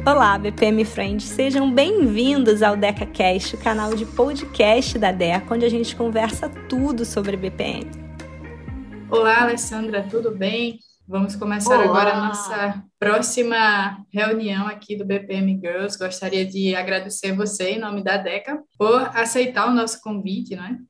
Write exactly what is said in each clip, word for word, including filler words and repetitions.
Olá, B P M Friends! Sejam bem-vindos ao DecaCast, o canal de podcast da Deca, onde a gente conversa tudo sobre B P M. Olá, Alessandra, tudo bem? Vamos começar Olá. agora a nossa próxima reunião aqui do B P M Girls. Gostaria de agradecer você, em nome da Deca, por aceitar o nosso convite, né?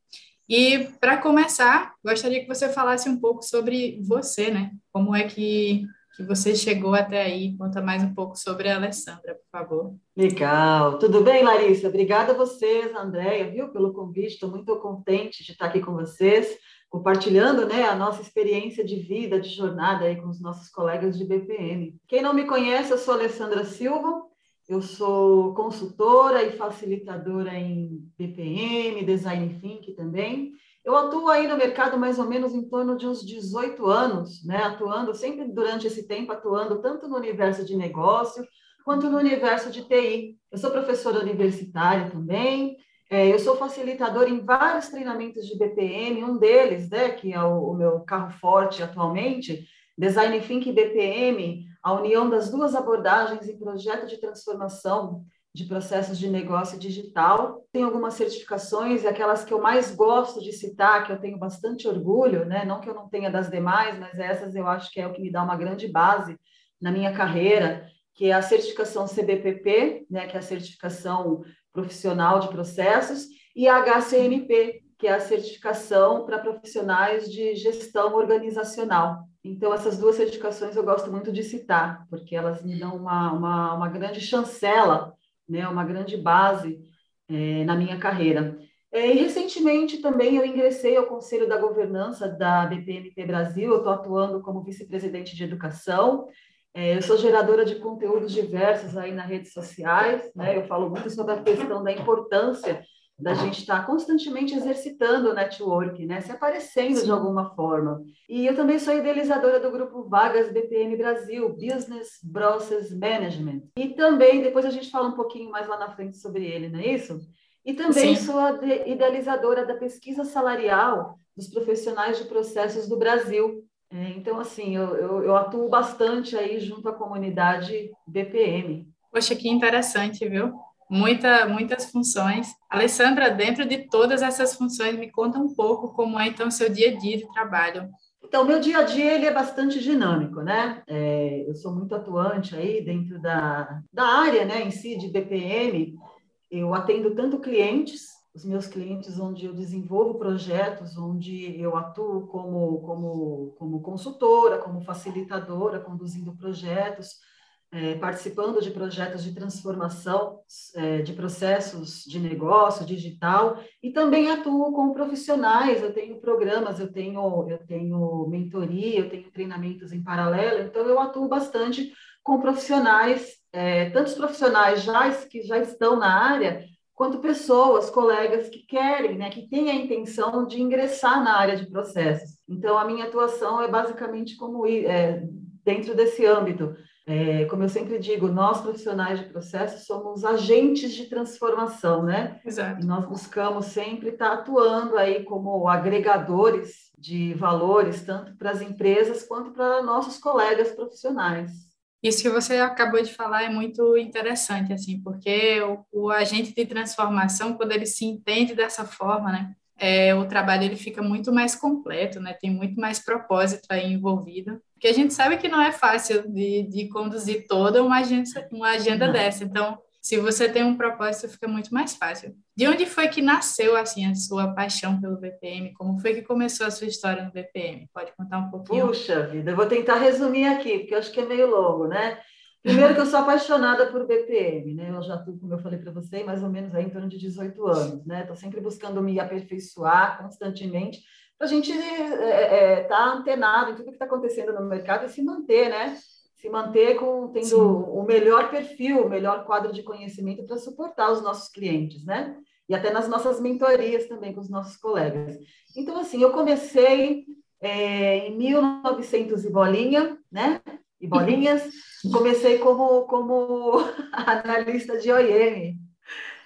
E, para começar, gostaria que você falasse um pouco sobre você, né? Como é que, que você chegou até aí? Conta mais um pouco sobre a Alessandra, por favor. Legal. Tudo bem, Larissa? Obrigada a vocês, Andréia, viu, pelo convite. Estou muito contente de estar aqui com vocês, compartilhando, né, a nossa experiência de vida, de jornada aí com os nossos colegas de B P M. Quem não me conhece, eu sou Alessandra Silva, eu sou consultora e facilitadora em B P M, Design Thinking também. Eu atuo aí no mercado mais ou menos em torno de uns dezoito anos, né, atuando sempre durante esse tempo, atuando tanto no universo de negócio, quanto no universo de T I. Eu sou professora universitária também, é, eu sou facilitadora em vários treinamentos de B P M, um deles, né, que é o, o meu carro forte atualmente, Design Thinking e B P M, a união das duas abordagens em projeto de transformação de processos de negócio digital. Tem algumas certificações, e aquelas que eu mais gosto de citar, que eu tenho bastante orgulho, né, não que eu não tenha das demais, mas essas eu acho que é o que me dá uma grande base na minha carreira, que é a certificação C B P P, né, que é a certificação profissional de processos, e a H C M P, que é a certificação para profissionais de gestão organizacional. Então, essas duas certificações eu gosto muito de citar, porque elas me dão uma, uma, uma grande chancela, né, uma grande base é, na minha carreira. É, e, recentemente, também eu ingressei ao Conselho da Governança da B P M T Brasil, eu estou atuando como vice-presidente de educação. Eu sou geradora de conteúdos diversos aí nas redes sociais, né? Eu falo muito sobre a questão da importância da gente estar constantemente exercitando o network, né? Se aparecendo Sim. de alguma forma. E eu também sou idealizadora do grupo Vagas B P M Brasil, Business Process Management. E também, depois a gente fala um pouquinho mais lá na frente sobre ele, não é isso? E também Sim. sou a idealizadora da pesquisa salarial dos profissionais de processos do Brasil. Então, assim, eu, eu, eu atuo bastante aí junto à comunidade B P M. Poxa, que interessante, viu? Muita, muitas funções. Alessandra, dentro de todas essas funções, me conta um pouco como é, então, o seu dia a dia de trabalho. Então, meu dia a dia, ele é bastante dinâmico, né? É, eu sou muito atuante aí dentro da, da área, né, em si, de B P M. Eu atendo tanto clientes, os meus clientes onde eu desenvolvo projetos, onde eu atuo como, como, como consultora, como facilitadora, conduzindo projetos, é, participando de projetos de transformação é, de processos de negócio digital, e também atuo com profissionais, eu tenho programas, eu tenho, eu tenho mentoria, eu tenho treinamentos em paralelo, então eu atuo bastante com profissionais, é, tantos profissionais já, que já estão na área, quanto pessoas, colegas que querem, né, que têm a intenção de ingressar na área de processos. Então, a minha atuação é basicamente como é, dentro desse âmbito. É, como eu sempre digo, nós profissionais de processos somos agentes de transformação, né? Exato. E nós buscamos sempre estar atuando aí como agregadores de valores, tanto para as empresas quanto para nossos colegas profissionais. Isso que você acabou de falar é muito interessante, assim, porque o, o agente de transformação, quando ele se entende dessa forma, né, é, o trabalho ele fica muito mais completo, né, tem muito mais propósito aí envolvido, porque a gente sabe que não é fácil de, de conduzir toda uma agenda, uma agenda Não. dessa, então, se você tem um propósito, fica muito mais fácil. De onde foi que nasceu, assim, a sua paixão pelo B P M? Como foi que começou a sua história no B P M? Pode contar um pouquinho? Puxa vida, eu vou tentar resumir aqui, porque eu acho que é meio longo, né? Primeiro que eu sou apaixonada por B P M, né? Eu já estou, como eu falei para você, mais ou menos aí em torno de dezoito anos, né? Estou sempre buscando me aperfeiçoar constantemente para a gente estar é, é, tá antenado em tudo que está acontecendo no mercado e se manter, né? Se manter com, tendo Sim. o melhor perfil, o melhor quadro de conhecimento para suportar os nossos clientes, né? E até nas nossas mentorias também com os nossos colegas. Então, assim, eu comecei é, em mil e novecentos e bolinha, né? E bolinhas, comecei como, como analista de O I M.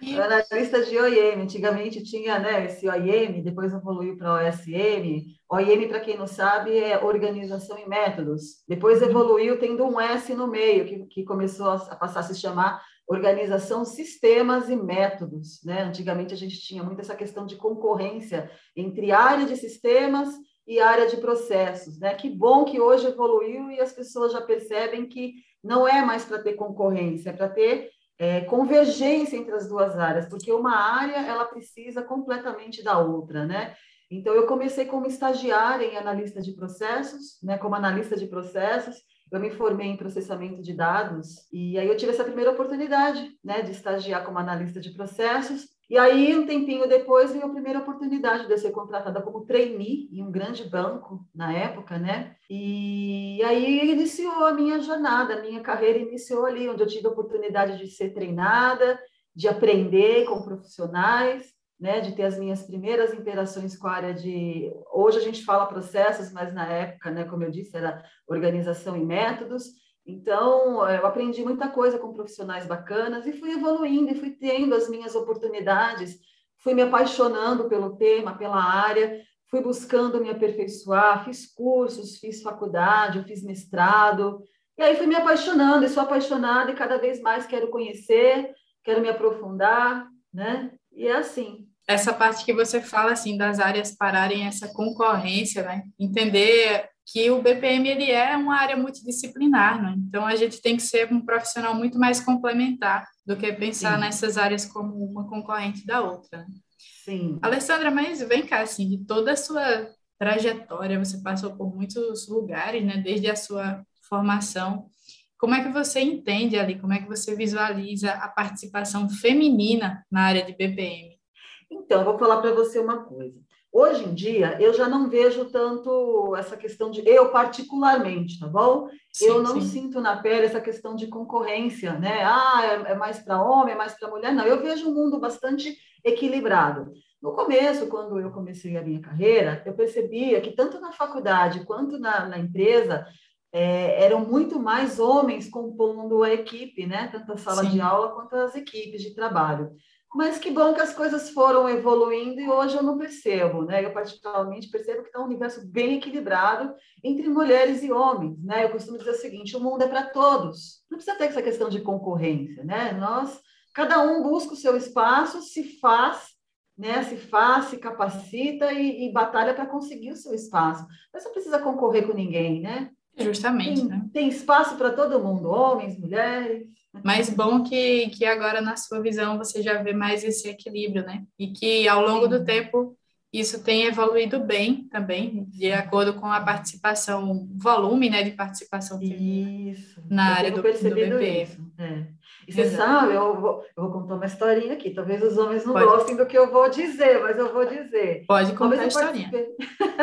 Analista de O I M, antigamente tinha, né, esse O I M, depois evoluiu para O S M. O I M, para quem não sabe, é Organização e Métodos. Depois evoluiu tendo um S no meio, que, que começou a, a passar a se chamar Organização, Sistemas e Métodos. Né? Antigamente a gente tinha muito essa questão de concorrência entre área de sistemas e área de processos. Né? Que bom que hoje evoluiu e as pessoas já percebem que não é mais para ter concorrência, é para ter É, convergência entre as duas áreas, porque uma área ela precisa completamente da outra, né? Então, eu comecei como estagiária em analista de processos, né? Como analista de processos, eu me formei em processamento de dados, e aí eu tive essa primeira oportunidade, né? De estagiar como analista de processos, e aí, um tempinho depois, veio a primeira oportunidade de eu ser contratada como trainee em um grande banco, na época, né? E aí iniciou a minha jornada, a minha carreira iniciou ali, onde eu tive a oportunidade de ser treinada, de aprender com profissionais, né? De ter as minhas primeiras interações com a área de... Hoje a gente fala processos, mas na época, né, como eu disse, era organização e métodos. Então, eu aprendi muita coisa com profissionais bacanas e fui evoluindo e fui tendo as minhas oportunidades, fui me apaixonando pelo tema, pela área, fui buscando me aperfeiçoar, fiz cursos, fiz faculdade, fiz mestrado, e aí fui me apaixonando, e sou apaixonada e cada vez mais quero conhecer, quero me aprofundar, né? E é assim. Essa parte que você fala, assim, das áreas pararem essa concorrência, né? Entender que o B P M ele é uma área multidisciplinar, né? Então a gente tem que ser um profissional muito mais complementar do que pensar Sim. nessas áreas como uma concorrente da outra, né? Sim. Alessandra, mas vem cá, assim, de toda a sua trajetória, você passou por muitos lugares, né? Desde a sua formação. Como é que você entende ali, como é que você visualiza a participação feminina na área de B P M? Então, eu vou falar para você uma coisa. Hoje em dia, eu já não vejo tanto essa questão de... Eu, particularmente, tá bom? Eu Sim, não sim. sinto na pele essa questão de concorrência, né? Ah, é, é mais para homem, é mais para mulher. Não, eu vejo um mundo bastante equilibrado. No começo, quando eu comecei a minha carreira, eu percebia que tanto na faculdade quanto na, na empresa, é, eram muito mais homens compondo a equipe, né? Tanto a sala de Sim. aula quanto as equipes de trabalho. Mas que bom que as coisas foram evoluindo e hoje eu não percebo, né? Eu particularmente percebo que está um universo bem equilibrado entre mulheres e homens, né? Eu costumo dizer o seguinte: o mundo é para todos. Não precisa ter essa questão de concorrência, né? Nós, cada um busca o seu espaço, se faz, né? Se faz, se capacita e, e batalha para conseguir o seu espaço. Mas não precisa concorrer com ninguém, né? Justamente, Tem, né? tem espaço para todo mundo, homens, mulheres. Mas bom que, que agora, na sua visão, você já vê mais esse equilíbrio, né? E que ao longo do Sim, tempo isso tem evoluído bem também, de sim. acordo com a participação, volume, né, de participação feminina Isso, na eu área tenho do, do percebido isso. B P M. É. E você Exato. sabe, eu vou, eu vou contar uma historinha aqui. Talvez os homens não Pode, gostem do que eu vou dizer, mas eu vou dizer. pode Uma vez contar a eu historinha. participei,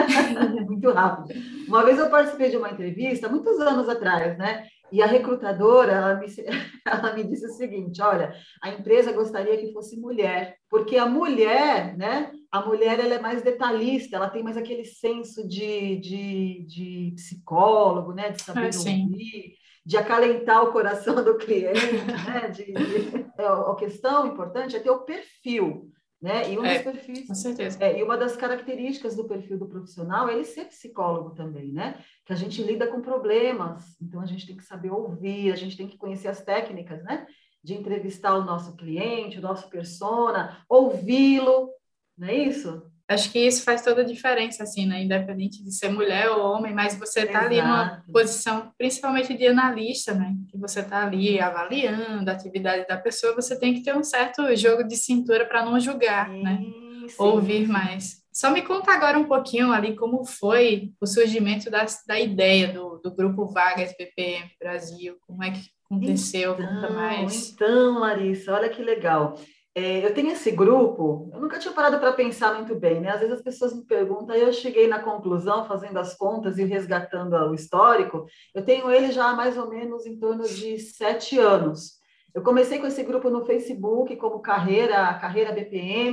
muito rápido. Uma vez eu participei de uma entrevista, muitos anos atrás, né? E a recrutadora, ela me, ela me disse o seguinte: olha, a empresa gostaria que fosse mulher, porque a mulher, né? A mulher ela é mais detalhista, ela tem mais aquele senso de, de, de psicólogo, né? De saber Assim, ouvir, de acalentar o coração do cliente, né? De, de... É, a questão importante é ter o perfil, né? E um dos é, perfis com certeza. é, e uma das características do perfil do profissional é ele ser psicólogo também, né? Que a gente lida com problemas, então a gente tem que saber ouvir, a gente tem que conhecer as técnicas, né? De entrevistar o nosso cliente, o nosso persona, ouvi-lo, não é isso? Acho que isso faz toda a diferença, assim, né? Independente de ser mulher ou homem, mas você está ali numa Exato. posição, principalmente de analista, né? Que você está ali avaliando a atividade da pessoa, você tem que ter um certo jogo de cintura para não julgar, né? Sim, sim, Ouvir sim. mais. Só me conta agora um pouquinho ali como foi o surgimento da, da ideia do, do Grupo Vagas B P M Brasil, como é que aconteceu, conta Então, mais. então, Larissa, olha que legal. É, eu tenho esse grupo, eu nunca tinha parado para pensar muito bem, né? Às vezes as pessoas me perguntam, aí eu cheguei na conclusão, fazendo as contas e resgatando o histórico, eu tenho ele já há mais ou menos em torno de sete anos. Eu comecei com esse grupo no Facebook como Carreira, Carreira B P M,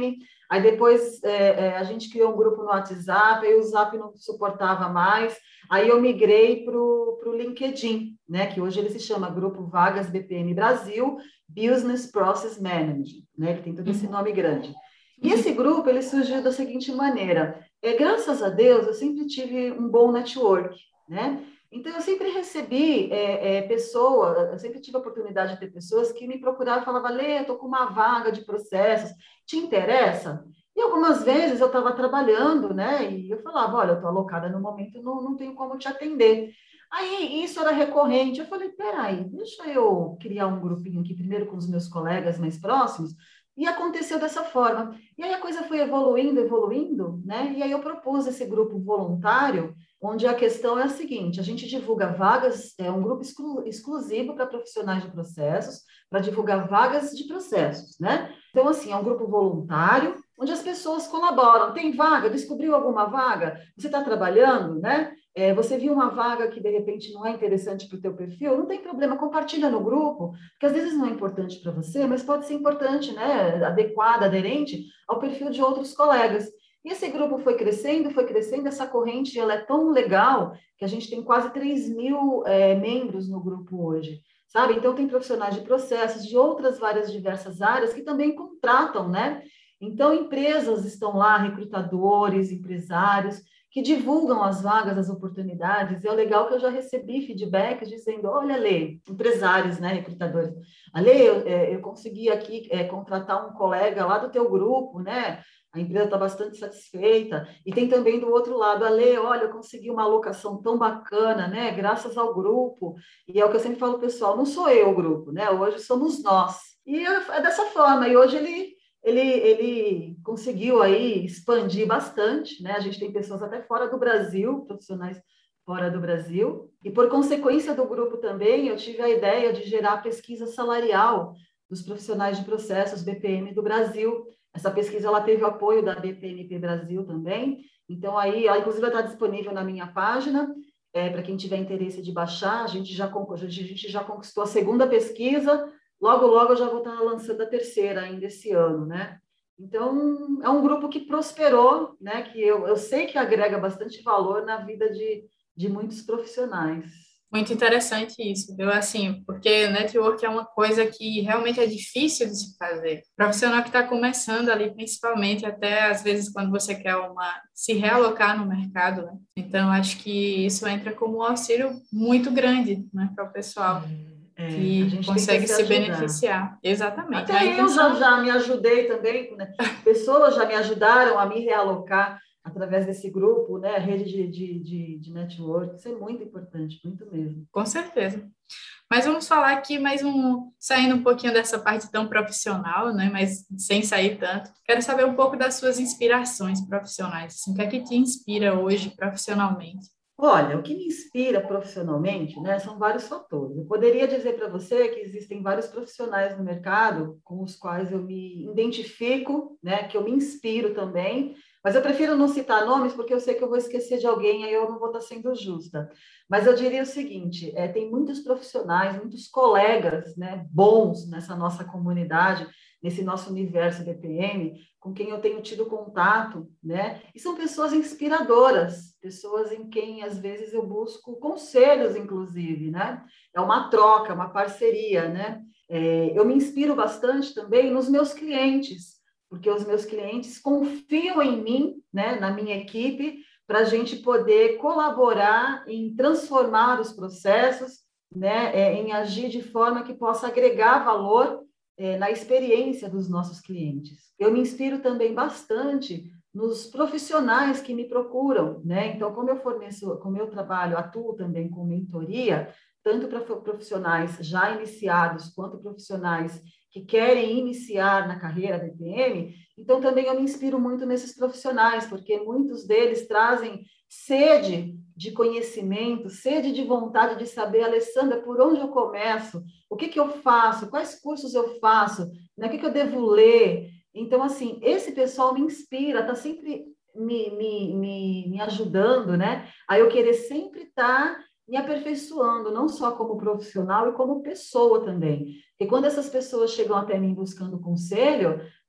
Aí depois é, é, a gente criou um grupo no WhatsApp, aí o Zap não suportava mais, aí eu migrei para o LinkedIn, né, que hoje ele se chama Grupo Vagas B P M Brasil Business Process Management, né, ele tem todo esse nome grande. E esse grupo, ele surgiu da seguinte maneira, é, graças a Deus, eu sempre tive um bom network, né? Então, eu sempre recebi é, é, pessoas, eu sempre tive a oportunidade de ter pessoas que me procuravam e falavam, Lê, eu estou com uma vaga de processos, te interessa? E algumas vezes eu estava trabalhando, né? E eu falava, olha, eu estou alocada no momento, não, não tenho como te atender. Aí, isso era recorrente. Eu falei, peraí, deixa eu criar um grupinho aqui, primeiro com os meus colegas mais próximos, e aconteceu dessa forma. E aí a coisa foi evoluindo, evoluindo, né? E aí eu propus esse grupo voluntário, onde a questão é a seguinte, a gente divulga vagas, é um grupo exclu exclusivo para profissionais de processos, para divulgar vagas de processos, né? Então, assim, é um grupo voluntário, onde as pessoas colaboram. Tem vaga? Descobriu alguma vaga? Você está trabalhando, né? É, você viu uma vaga que, de repente, não é interessante para o teu perfil? Não tem problema, compartilha no grupo, porque às vezes não é importante para você, mas pode ser importante, né? Adequada, aderente ao perfil de outros colegas. E esse grupo foi crescendo, foi crescendo, essa corrente ela é tão legal que a gente tem quase três mil é, membros no grupo hoje, sabe? Então, tem profissionais de processos, de outras várias diversas áreas que também contratam, né? Então, empresas estão lá, recrutadores, empresários, que divulgam as vagas, as oportunidades, e é legal que eu já recebi feedback dizendo, olha, Lê, empresários, né, recrutadores, Lê, eu, eu consegui aqui é, contratar um colega lá do teu grupo, né, a empresa está bastante satisfeita, e tem também do outro lado, a Lê, olha, eu consegui uma alocação tão bacana, né, graças ao grupo, e é o que eu sempre falo, pessoal, não sou eu o grupo, né, hoje somos nós, e é dessa forma, e hoje ele Ele, ele conseguiu aí expandir bastante, né? A gente tem pessoas até fora do Brasil, profissionais fora do Brasil, e por consequência do grupo também, eu tive a ideia de gerar a pesquisa salarial dos profissionais de processos B P M do Brasil. Essa pesquisa ela teve o apoio da B P M P Brasil também, então aí, ela inclusive está disponível na minha página, é, para quem tiver interesse de baixar, a gente, já, a gente já conquistou a segunda pesquisa. Logo, logo eu já vou estar lançando a terceira ainda esse ano, né? Então, é um grupo que prosperou, né? Que eu, eu sei que agrega bastante valor na vida de, de muitos profissionais. Muito interessante isso, viu? Assim, porque network é uma coisa que realmente é difícil de se fazer. O profissional que está começando ali, principalmente, até às vezes quando você quer uma, se realocar no mercado, né? Então, acho que isso entra como um auxílio muito grande, né, para o pessoal. É, que a gente consegue tem que se, se ajudar. beneficiar. Exatamente. Até eu intenção... já, já me ajudei também, né? Pessoas já me ajudaram a me realocar através desse grupo, né? A rede de, de, de, de network. Isso é muito importante, muito mesmo. Com certeza. Mas vamos falar aqui mais um, saindo um pouquinho dessa parte tão profissional, né? Mas sem sair tanto. Quero saber um pouco das suas inspirações profissionais. Assim, o que é que te inspira hoje profissionalmente? Olha, o que me inspira profissionalmente, né, são vários fatores. Eu poderia dizer para você que existem vários profissionais no mercado com os quais eu me identifico, né, que eu me inspiro também, mas eu prefiro não citar nomes porque eu sei que eu vou esquecer de alguém, aí eu não vou estar sendo justa. Mas eu diria o seguinte, é, tem muitos profissionais, muitos colegas, né, bons nessa nossa comunidade, nesse nosso universo B P M, com quem eu tenho tido contato, né? E são pessoas inspiradoras, pessoas em quem, às vezes, eu busco conselhos, inclusive, né? É uma troca, uma parceria, né? É, eu me inspiro bastante também nos meus clientes, porque os meus clientes confiam em mim, né? Na minha equipe, para a gente poder colaborar em transformar os processos, né? É, em agir de forma que possa agregar valor na experiência dos nossos clientes. Eu me inspiro também bastante nos profissionais que me procuram, né? Então, como eu forneço, como eu trabalho, atuo também com mentoria, tanto para profissionais já iniciados, quanto profissionais que querem iniciar na carreira B P M, então também eu me inspiro muito nesses profissionais, porque muitos deles trazem sede de conhecimento, sede de vontade de saber, Alessandra, por onde eu começo, o que, que eu faço, quais cursos eu faço, né? O que, que eu devo ler. Então, assim, esse pessoal me inspira, está sempre me, me, me, me ajudando, né? A eu querer sempre estar me aperfeiçoando, não só como profissional e como pessoa também. Porque quando essas pessoas chegam até mim buscando conselho,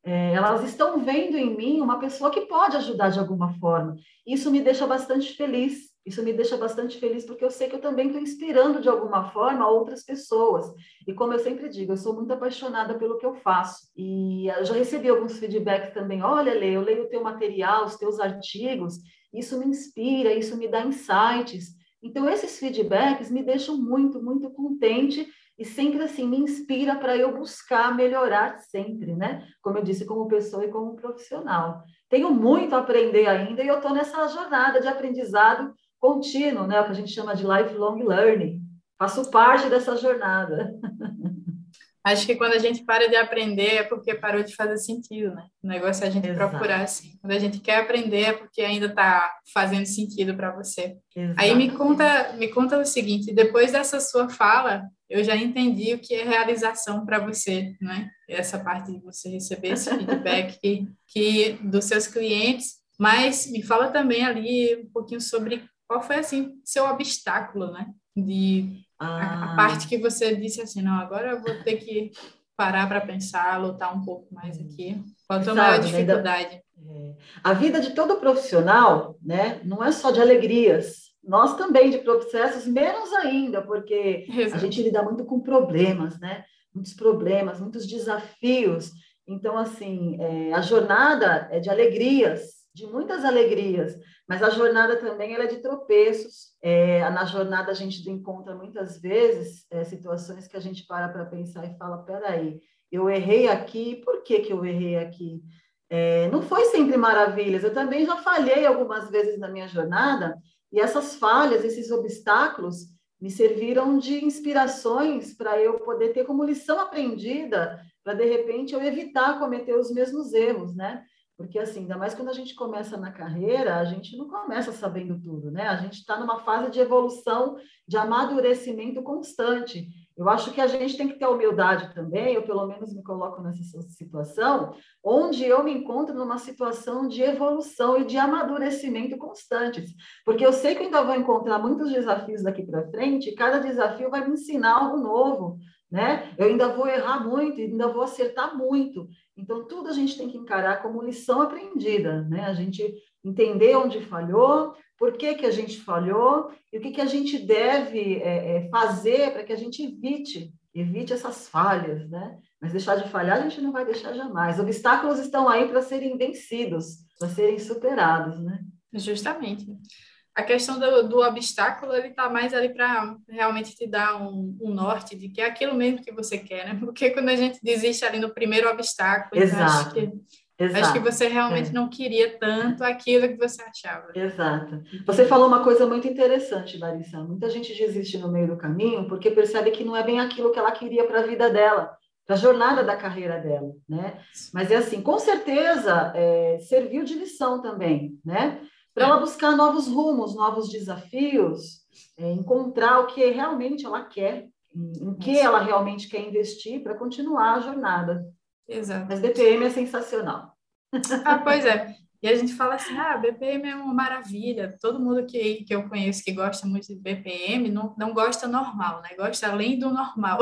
é, elas estão vendo em mim uma pessoa que pode ajudar de alguma forma. Isso me deixa bastante feliz. Isso me deixa bastante feliz porque eu sei que eu também estou inspirando de alguma forma outras pessoas. E como eu sempre digo, eu sou muito apaixonada pelo que eu faço. E eu já recebi alguns feedbacks também. Olha, Lê, eu leio o teu material, os teus artigos, isso me inspira, isso me dá insights. Então, esses feedbacks me deixam muito, muito contente e sempre assim me inspira para eu buscar melhorar sempre, né? Como eu disse, como pessoa e como profissional. Tenho muito a aprender ainda e eu estou nessa jornada de aprendizado contínuo, né? O que a gente chama de lifelong learning. Faço parte dessa jornada. Acho que quando a gente para de aprender é porque parou de fazer sentido, né? O negócio é a gente Exato. procurar assim. Quando a gente quer aprender é porque ainda está fazendo sentido para você. Exatamente. Aí me conta, me conta o seguinte, depois dessa sua fala, eu já entendi o que é realização para você, né? Essa parte de você receber esse feedback que, que dos seus clientes, mas me fala também ali um pouquinho sobre qual foi, assim, seu obstáculo, né? De, ah. a, a parte que você disse assim, não, agora eu vou ter que parar para pensar, lutar um pouco mais aqui. Qual a tua maior dificuldade? Né? É. A vida de todo profissional, né, não é só de alegrias. Nós também de processos, menos ainda, porque Exato. A gente lida muito com problemas, né? Muitos problemas, muitos desafios. Então, assim, é, a jornada é de alegrias, de muitas alegrias, mas a jornada também ela é de tropeços. É, na jornada a gente encontra muitas vezes é, situações que a gente para para pensar e fala, peraí, eu errei aqui, por que que eu errei aqui? É, não foi sempre maravilhas, eu também já falhei algumas vezes na minha jornada, e essas falhas, esses obstáculos, me serviram de inspirações para eu poder ter como lição aprendida, para, de repente, eu evitar cometer os mesmos erros, né? Porque, assim, ainda mais quando a gente começa na carreira, a gente não começa sabendo tudo, né? A gente está numa fase de evolução, de amadurecimento constante. Eu acho que a gente tem que ter humildade também, eu pelo menos me coloco nessa situação, onde eu me encontro numa situação de evolução e de amadurecimento constantes, porque eu sei que ainda vou encontrar muitos desafios daqui para frente, e cada desafio vai me ensinar algo novo, né? Eu ainda vou errar muito, ainda vou acertar muito, então tudo a gente tem que encarar como lição aprendida, né? A gente entender onde falhou, por que que a gente falhou e o que que a gente deve é, é, fazer para que a gente evite, evite essas falhas, né? Mas deixar de falhar a gente não vai deixar jamais. Obstáculos estão aí para serem vencidos, para serem superados, né? Justamente. A questão do, do obstáculo, ele está mais ali para realmente te dar um, um norte de que é aquilo mesmo que você quer, né? Porque quando a gente desiste ali no primeiro obstáculo, Exato. Então acho que Exato. Acho que você realmente é. não queria tanto aquilo que você achava. Exato. Você falou uma coisa muito interessante, Larissa. Muita gente desiste no meio do caminho porque percebe que não é bem aquilo que ela queria para a vida dela, para a jornada da carreira dela, né? Mas é assim, com certeza, é, serviu de lição também, né? Para ela buscar novos rumos, novos desafios, é, encontrar o que realmente ela quer, em, em que ela realmente quer investir para continuar a jornada. Exato. Mas B P M é sensacional. Ah, pois é. E a gente fala assim, ah, B P M é uma maravilha. Todo mundo que, que eu conheço que gosta muito de B P M não, não gosta normal, né? Gosta além do normal.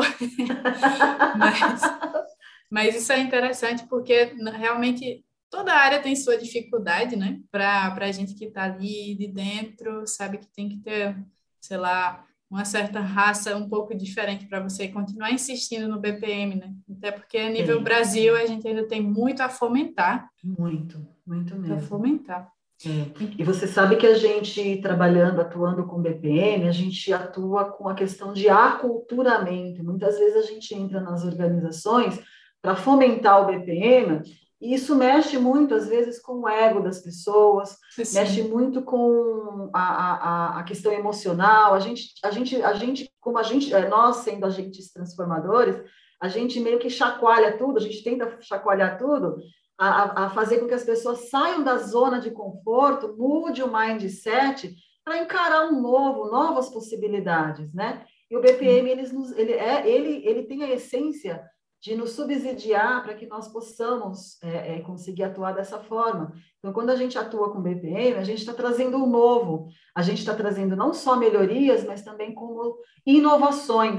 mas, mas isso é interessante porque realmente toda área tem sua dificuldade, né? Para a gente que está ali de dentro, sabe que tem que ter, sei lá, uma certa raça um pouco diferente para você continuar insistindo no B P M, né? Até porque a nível é. Brasil a gente ainda tem muito a fomentar. Muito, muito mesmo. A fomentar. É. E você sabe que a gente, trabalhando, atuando com B P M, a gente atua com a questão de aculturamento. Muitas vezes a gente entra nas organizações para fomentar o B P M, e isso mexe muito, às vezes, com o ego das pessoas, Sim. mexe muito com a, a, a questão emocional. A gente, a gente, a gente, como a gente, nós sendo agentes transformadores, a gente meio que chacoalha tudo, a gente tenta chacoalhar tudo, a, a fazer com que as pessoas saiam da zona de conforto, mude o mindset para encarar um novo, novas possibilidades, né? E o B P M, ele, ele, é, ele, ele tem a essência de nos subsidiar para que nós possamos é, é, conseguir atuar dessa forma. Então, quando a gente atua com B P M, a gente está trazendo um novo, a gente está trazendo não só melhorias, mas também como inovações.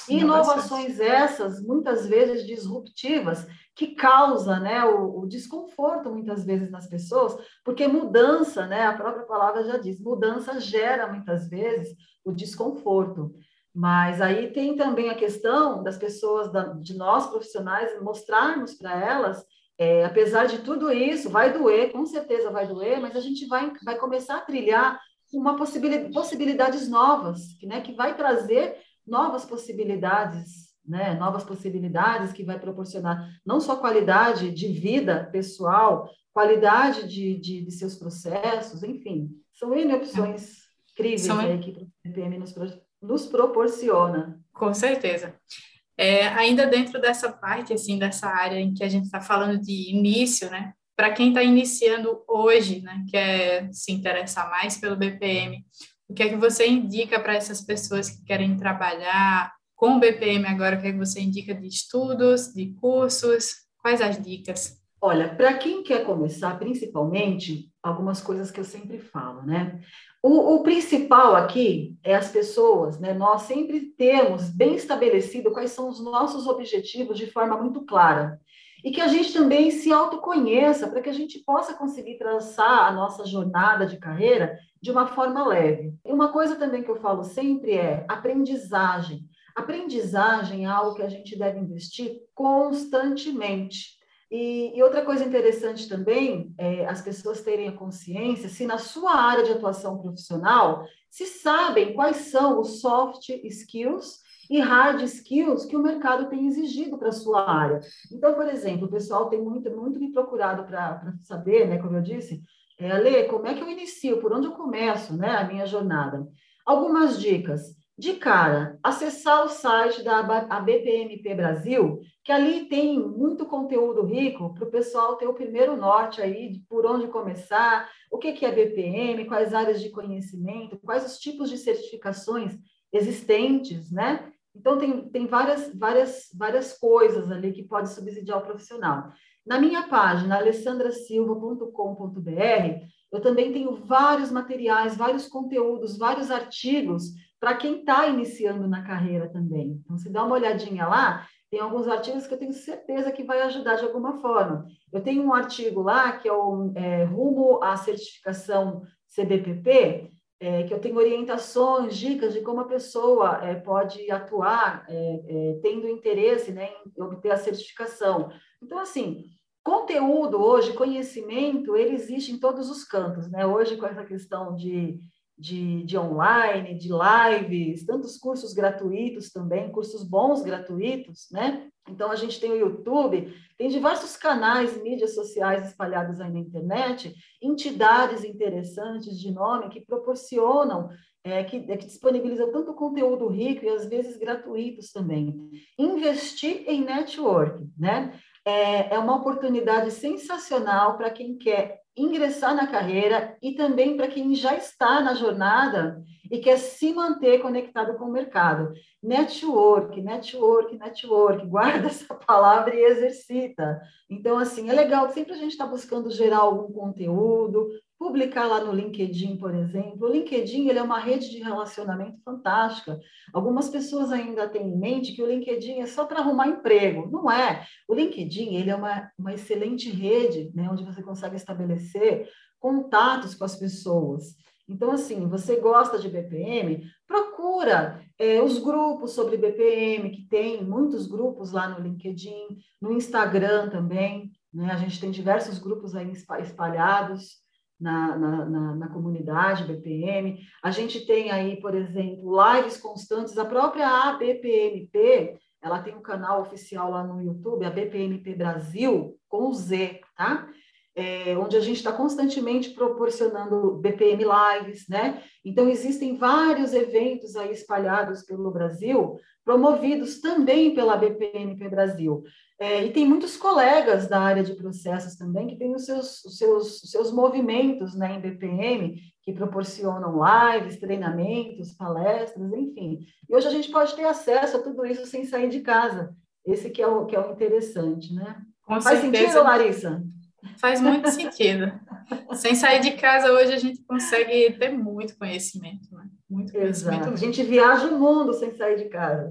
Inovações essas, muitas vezes disruptivas, que causa, né, o, o desconforto, muitas vezes, nas pessoas, porque mudança, né, a própria palavra já diz, mudança gera, muitas vezes, o desconforto. Mas aí tem também a questão das pessoas, da, de nós profissionais, mostrarmos para elas, é, apesar de tudo isso, vai doer, com certeza vai doer, mas a gente vai, vai começar a trilhar uma possibilidade, possibilidades novas, que, né, que vai trazer novas possibilidades, né, novas possibilidades que vai proporcionar não só qualidade de vida pessoal, qualidade de, de, de seus processos, enfim, são N opções incríveis São... aí que o B P M nos, nos proporciona. Com certeza. É, ainda dentro dessa parte, assim, dessa área em que a gente está falando de início, né? Para quem está iniciando hoje, né, quer se interessar mais pelo B P M, o que é que você indica para essas pessoas que querem trabalhar com o B P M agora? O que é que você indica de estudos, de cursos? Quais as dicas? Olha, para quem quer começar, principalmente, algumas coisas que eu sempre falo, né? O, o principal aqui é as pessoas, né? Nós sempre temos bem estabelecido quais são os nossos objetivos de forma muito clara. E que a gente também se autoconheça para que a gente possa conseguir traçar a nossa jornada de carreira de uma forma leve. E uma coisa também que eu falo sempre é aprendizagem. Aprendizagem é algo que a gente deve investir constantemente. E, e outra coisa interessante também é as pessoas terem a consciência se na sua área de atuação profissional se sabem quais são os soft skills e hard skills que o mercado tem exigido para a sua área. Então, por exemplo, o pessoal tem muito, muito me procurado para saber, né, como eu disse, é, Ale, como é que eu inicio, por onde eu começo, né, a minha jornada? Algumas dicas. De cara, acessar o site da A B P M P Brasil, que ali tem muito conteúdo rico para o pessoal ter o primeiro norte aí de por onde começar, o que, que é B P M, quais áreas de conhecimento, quais os tipos de certificações existentes, né? Então, tem, tem várias, várias, várias coisas ali que pode subsidiar o profissional. Na minha página, alessandra silva ponto com ponto b r, eu também tenho vários materiais, vários conteúdos, vários artigos para quem está iniciando na carreira também. Então, se dá uma olhadinha lá, tem alguns artigos que eu tenho certeza que vai ajudar de alguma forma. Eu tenho um artigo lá, que é o é, Rumo à Certificação C B P P, é, que eu tenho orientações, dicas de como a pessoa é, pode atuar é, é, tendo interesse, né, em obter a certificação. Então, assim, conteúdo hoje, conhecimento, ele existe em todos os cantos, né? Hoje, com essa questão de De, de online, de lives, tantos cursos gratuitos também, cursos bons gratuitos, né? Então, a gente tem o YouTube, tem diversos canais, mídias sociais espalhados aí na internet, entidades interessantes de nome que proporcionam, é, que, é, que disponibilizam tanto conteúdo rico e, às vezes, gratuitos também. Investir em network, né? É, é uma oportunidade sensacional para quem quer ingressar na carreira e também para quem já está na jornada e quer se manter conectado com o mercado. Network, network, network, guarda essa palavra e exercita. Então, assim, é legal, sempre a gente está buscando gerar algum conteúdo, publicar lá no LinkedIn, por exemplo. O LinkedIn, ele é uma rede de relacionamento fantástica. Algumas pessoas ainda têm em mente que o LinkedIn é só para arrumar emprego. Não é. O LinkedIn, ele é uma, uma excelente rede, né, onde você consegue estabelecer contatos com as pessoas. Então, assim, você gosta de B P M, procura é, os grupos sobre B P M, que tem muitos grupos lá no LinkedIn, no Instagram também, né? A gente tem diversos grupos aí espalhados na, na, na, na comunidade B P M. A gente tem aí, por exemplo, lives constantes, a própria A B P M P, ela tem um canal oficial lá no YouTube, a B P M P Brasil, com Z, tá? É, onde a gente está constantemente proporcionando B P M Lives, né? Então, existem vários eventos aí espalhados pelo Brasil, promovidos também pela B P M P Brasil. É, e tem muitos colegas da área de processos também que têm os seus, os seus, os seus movimentos, né, em B P M, que proporcionam lives, treinamentos, palestras, enfim. E hoje a gente pode ter acesso a tudo isso sem sair de casa. Esse que é o, que é o interessante, né? Com Faz certeza. sentido, Larissa? Faz muito sentido. Sem sair de casa, hoje a gente consegue ter muito conhecimento, né? Muito conhecimento Exato. A mesmo. gente viaja o mundo sem sair de casa.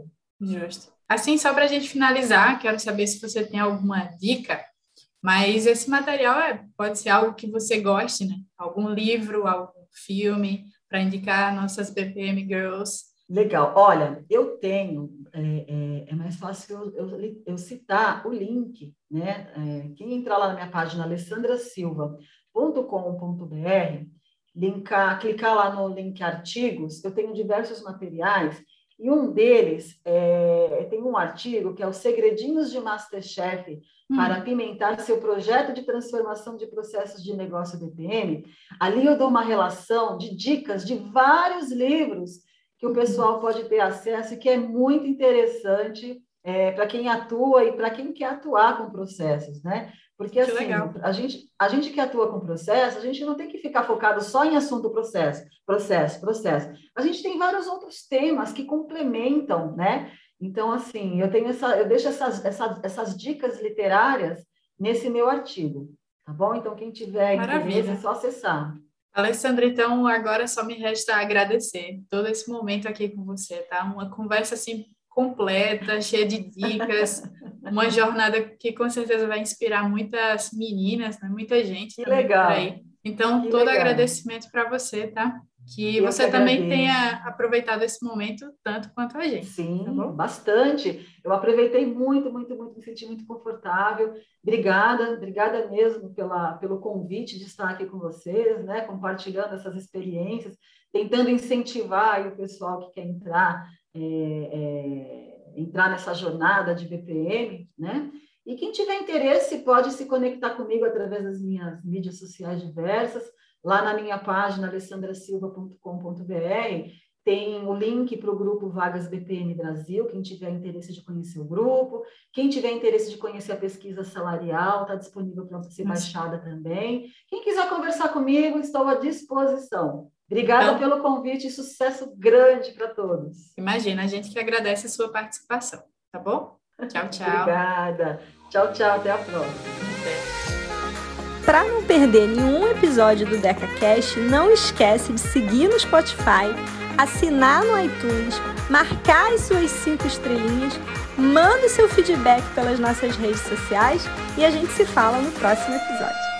Justo. Assim, só para a gente finalizar, quero saber se você tem alguma dica, mas esse material é, pode ser algo que você goste, né? Algum livro, algum filme, para indicar nossas B P M Girls. Legal. Olha, eu tenho, é, é, é mais fácil eu, eu, eu citar o link, né? É, quem entrar lá na minha página alessandra silva ponto com ponto b r, linkar, clicar lá no link artigos, eu tenho diversos materiais, e um deles é, tem um artigo que é os segredinhos de MasterChef hum. para apimentar seu projeto de transformação de processos de negócio B P M. Ali eu dou uma relação de dicas de vários livros que o pessoal pode ter acesso e que é muito interessante é, para quem atua e para quem quer atuar com processos, né? Porque, assim, a gente, a gente que atua com processo, a gente não tem que ficar focado só em assunto processo, processo, processo. A gente tem vários outros temas que complementam, né? Então, assim, eu tenho essa, eu deixo essas, essas, essas dicas literárias nesse meu artigo, tá bom? Então, quem tiver interesse, é só acessar. Alessandra, então, agora só me resta agradecer todo esse momento aqui com você, tá? Uma conversa, assim, completa, cheia de dicas, uma jornada que com certeza vai inspirar muitas meninas, né? Muita gente que também legal. por aí. Então, que todo legal. agradecimento para você, tá? Que Eu você que também tenha aproveitado esse momento tanto quanto a gente. Sim, tá bom? Bastante. Eu aproveitei muito, muito, muito, me senti muito confortável. Obrigada, obrigada mesmo pela, pelo convite de estar aqui com vocês, né? Compartilhando essas experiências, tentando incentivar aí o pessoal que quer entrar, é, é, entrar nessa jornada de B P M, né? E quem tiver interesse pode se conectar comigo através das minhas mídias sociais diversas. Lá na minha página, alessandra silva ponto com ponto b r, tem o link para o grupo Vagas B P M Brasil, quem tiver interesse de conhecer o grupo. Quem tiver interesse de conhecer a pesquisa salarial, está disponível para ser baixada também. Quem quiser conversar comigo, estou à disposição. Obrigada então, pelo convite e sucesso grande para todos. Imagina, a gente que agradece a sua participação, tá bom? Tchau, tchau. Obrigada. Tchau, tchau. Até a próxima. Para não perder nenhum episódio do DecaCast, não esquece de seguir no Spotify, assinar no iTunes, marcar as suas cinco estrelinhas, manda o seu feedback pelas nossas redes sociais e a gente se fala no próximo episódio.